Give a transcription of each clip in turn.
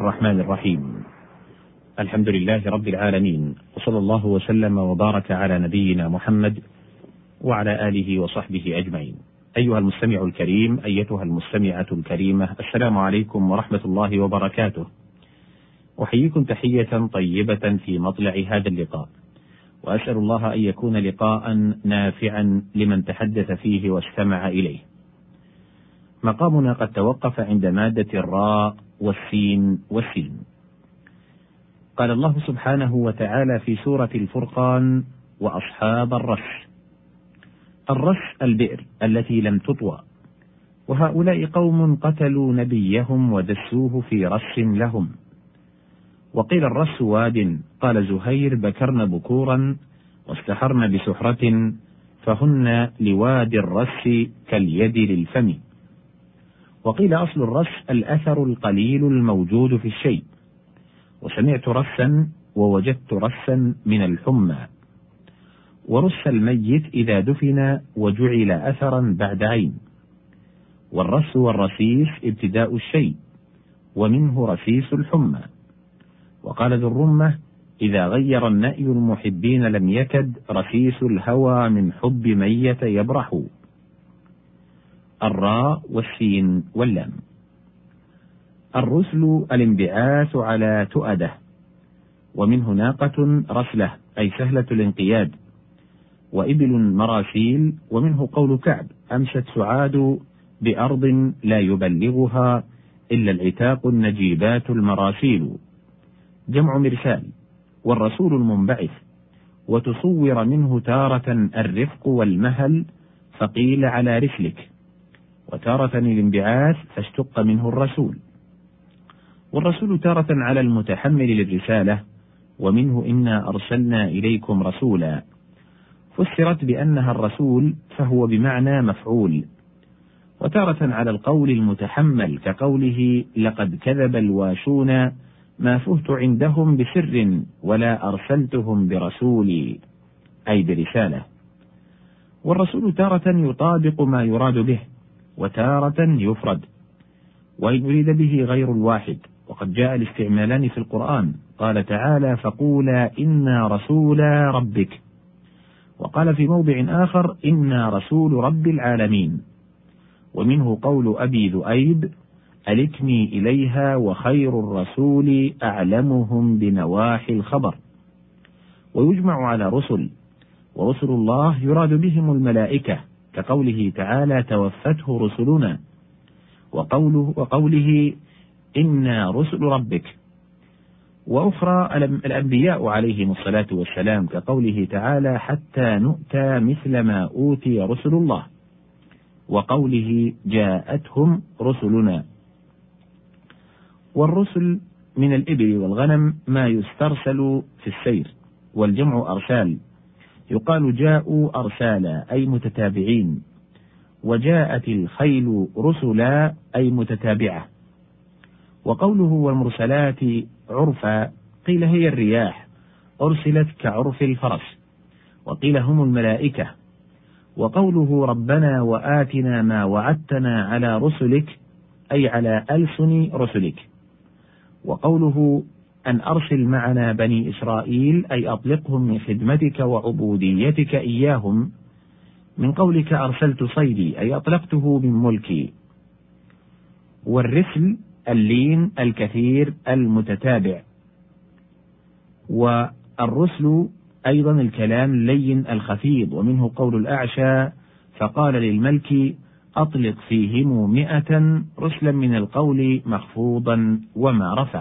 الرحمن الرحيم. الحمد لله رب العالمين، وصلى الله وسلم وبارك على نبينا محمد وعلى آله وصحبه أجمعين. أيها المستمع الكريم، أيتها المستمعة الكريمة، السلام عليكم ورحمة الله وبركاته. أحييكم تحية طيبة في مطلع هذا اللقاء، وأسأل الله أن يكون لقاء نافعا لمن تحدث فيه واستمع إليه. مقامنا قد توقف عند مادة الراء والسين والسين. قال الله سبحانه وتعالى في سورة الفرقان: وأصحاب الرس. الرس البئر التي لم تطوى، وهؤلاء قوم قتلوا نبيهم ودسوه في رس لهم. وقيل الرس واد، قال زهير: بكرن بكورا واستحرن بسحرة، فهن لواد الرس كاليد للفم. وقيل أصل الرس الأثر القليل الموجود في الشيء. وسمعت رسا ووجدت رسا من الحمى. ورس الميت إذا دفن وجعل أثرا بعد عين. والرس والرسيس ابتداء الشيء، ومنه رسيس الحمى. وقال ذو الرمة: إذا غير النأي المحبين لم يكد رسيس الهوى من حب ميت يبرح. الراء والسين واللام. الرسل الانبعاث على تؤده، ومنه ناقة رسلة أي سهلة الانقياد، وإبل مراسيل. ومنه قول كعب: أمست سعاد بأرض لا يبلغها إلا العتاق النجيبات المراسيل، جمع مرسال. والرسول المنبعث، وتصور منه تارة الرفق والمهل فقيل على رسلك، وتارة الانبعاث فاشتق منه الرسول. والرسول تارة على المتحمل للرسالة، ومنه إنا أرسلنا إليكم رسولا. فسرت بأنها الرسول فهو بمعنى مفعول. وتارة على القول المتحمل كقوله: لقد كذب الواشون ما فهت عندهم بسر ولا أرسلتهم برسولي، أي برسالة. والرسول تارة يطابق ما يراد به، وتارة يفرد، وإن أريد به غير الواحد. وقد جاء الاستعمالان في القرآن، قال تعالى: فقولا إنا رسولا ربك. وقال في موضع آخر: إنا رسول رب العالمين. ومنه قول أبي ذؤيب: ألكني إليها وخير الرسول أعلمهم بنواحي الخبر. ويجمع على رسل. ورسل الله يراد بهم الملائكة، كقوله تعالى: توفته رسلنا. وقوله إنا رسل ربك. وأخرى الأنبياء عليهم الصلاة والسلام، كقوله تعالى: حتى نؤتى مثل ما أوتي رسل الله. وقوله: جاءتهم رسلنا. والرسل من الإبل والغنم ما يسترسل في السير، والجمع أرسال. يقال: جاءوا أرسالا أي متتابعين. وجاءت الخيل رسلا أي متتابعة. وقوله: والمرسلات عرفا، قيل هي الرياح، أرسلت كعرف الفرس. وقيل هم الملائكة. وقوله: ربنا وآتنا ما وعدتنا على رسلك، أي على ألسن رسلك. وقوله: أن أرسل معنا بني إسرائيل، أي أطلقهم من خدمتك وعبوديتك إياهم، من قولك أرسلت صيدي، أي أطلقته من ملكي. والرسل اللين الكثير المتتابع. والرسل أيضا الكلام اللين الخفيض. ومنه قول الأعشى: فقال للملك أطلق فيهم 100 رسلا من القول مخفوضا وما رفع.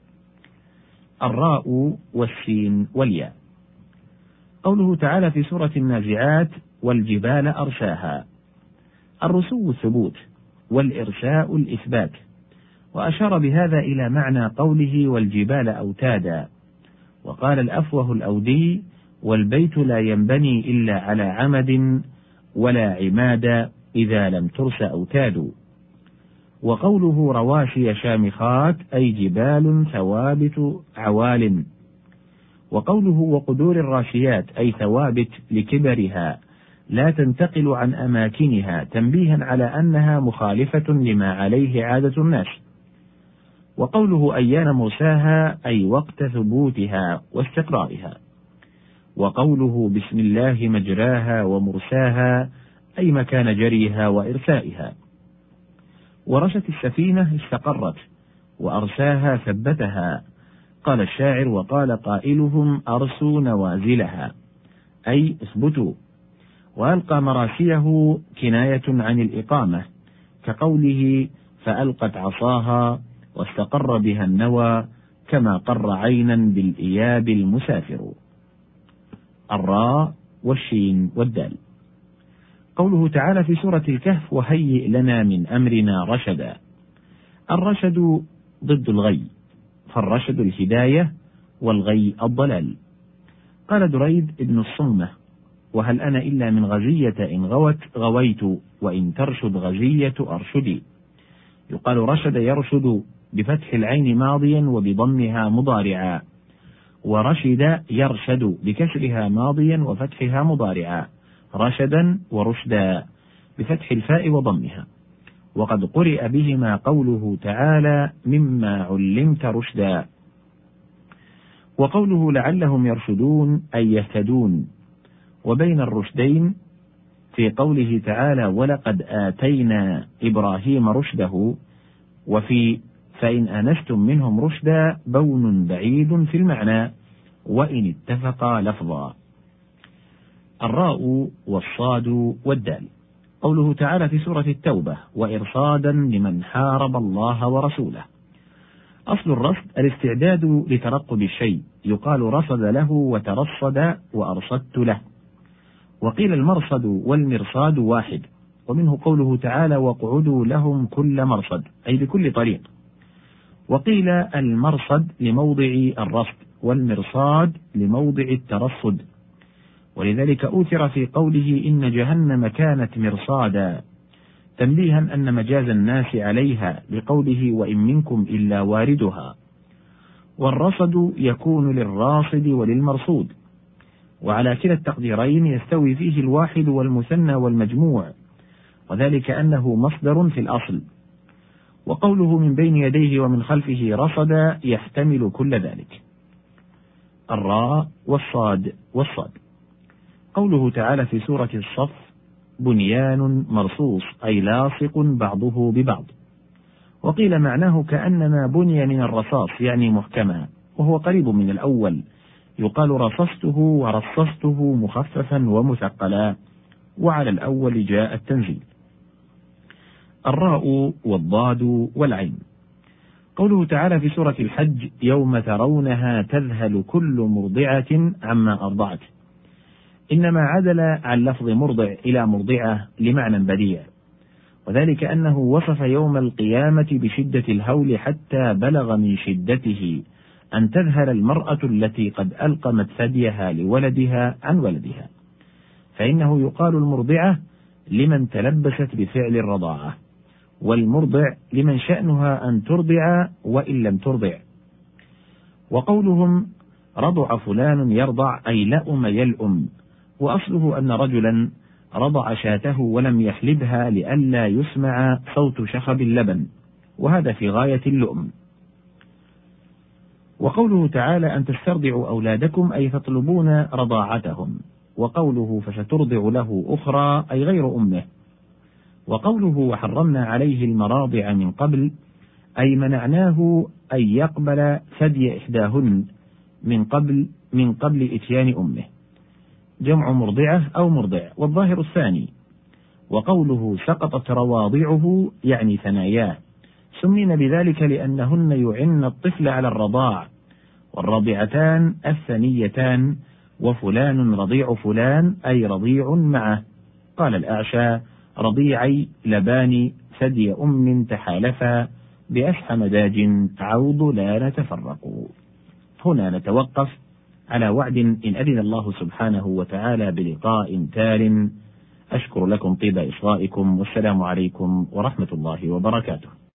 الراء والسين والياء. قوله تعالى في سورة النازعات: والجبال أرساها. الرسو الثبوت، والإرساء الإثبات. وأشار بهذا إلى معنى قوله: والجبال أوتادا. وقال الأفوه الأودي: والبيت لا ينبني إلا على عمد ولا عماد إذا لم ترس أوتاد. وقوله: رواسي شامخات، أي جبال ثوابت عوال. وقوله: وقدور الراسيات، أي ثوابت لكبرها لا تنتقل عن أماكنها، تنبيها على أنها مخالفة لما عليه عادة الناس. وقوله أيان مرساها أي وقت ثبوتها واستقرارها. وقوله بسم الله مجراها ومرساها أي مكان جريها وإرسائها. ورست السفينة استقرت، وأرساها ثبتها. قال الشاعر: وقال قائلهم أرسوا نوازلها أي اثبتوا. وألقى مراسيه كناية عن الإقامة، كقوله فألقت عصاها واستقر بها النوى كما قر عينا بالإياب المسافر. الراء والشين والدال. قوله تعالى في سورة الكهف: وهيئ لنا من أمرنا رشدا. الرشد ضد الغي، فالرشد الهداية والغي الضلال. قال دريد ابن الصمة: وهل أنا إلا من غزية إن غوت غويت، وإن ترشد غزية أرشدي. يقال رشد يرشد بفتح العين ماضيا وبضمها مضارعا، ورشد يرشد بكسرها ماضيا وفتحها مضارعا، رشدا ورشدا بفتح الفاء وضمها. وقد قرئ بهما قوله تعالى: مما علمت رشدا. وقوله لعلهم يرشدون أي يهتدون. وبين الرشدين في قوله تعالى: ولقد آتينا إبراهيم رشده، وفي فإن آنستم منهم رشدا بون بعيد في المعنى، وإن اتفقا لفظا. الراء والصاد والدال. قوله تعالى في سورة التوبة: وإرصادا لمن حارب الله ورسوله. أصل الرصد الاستعداد لترقب الشيء، يقال رصد له وترصد وأرصدت له. وقيل المرصد والمرصاد واحد، ومنه قوله تعالى: واقعدوا لهم كل مرصد أي بكل طريق. وقيل المرصد لموضع الرصد، والمرصاد لموضع الترصد، ولذلك أوثر في قوله: إن جهنم كانت مرصادا، تنبيها أن مجاز الناس عليها بقوله: وإن منكم إلا واردها. والرصد يكون للراصد وللمرصود، وعلى كلا التقديرين يستوي فيه الواحد والمثنى والمجموع، وذلك أنه مصدر في الأصل. وقوله من بين يديه ومن خلفه رصدا يحتمل كل ذلك. الراء والصاد والصاد. قوله تعالى في سورة الصف: بنيان مرصوص أي لاصق بعضه ببعض. وقيل معناه كأنما بني من الرصاص يعني محكما، وهو قريب من الأول، يقال رصصته ورصصته مخففا ومثقلا، وعلى الأول جاء التنزيل. الراء والضاد والعين. قوله تعالى في سورة الحج: يوم ترونها تذهل كل مرضعة عما أرضعت. إنما عدل عن لفظ مرضع إلى مرضعة لمعنى بديع، وذلك أنه وصف يوم القيامة بشدة الهول حتى بلغ من شدته أن تذهل المرأة التي قد ألقمت ثديها لولدها عن ولدها، فإنه يقال المرضعة لمن تلبست بفعل الرضاعة، والمرضع لمن شأنها أن ترضع وإن لم ترضع. وقولهم رضع فلان يرضع أي لأم يلأم، وأصله أن رجلا رضع شاته ولم يحلبها لئلا يسمع صوت شخب اللبن، وهذا في غاية اللؤم. وقوله تعالى: أن تسترضعوا أولادكم أي تطلبون رضاعتهم. وقوله فسترضع له أخرى أي غير أمه. وقوله وحرمنا عليه المراضع من قبل أي منعناه أن يقبل ثدي إحداهن من قبل إتيان أمه، جمع مرضعة أو مرضع، والظاهر الثاني. وقوله سقطت رواضعه يعني ثناياه، سمين بذلك لأنهن يعن الطفل على الرضاع، والرضعتان الثنيتان، وفلان رضيع فلان أي رضيع معه. قال الأعشى: رضيعي لبان ثدي أم تحالفا بأفحى مداج عوض لا نتفرق. هنا نتوقف على وعد إن أذن الله سبحانه وتعالى بلقاء تال. أشكر لكم طيب إصغائكم، والسلام عليكم ورحمة الله وبركاته.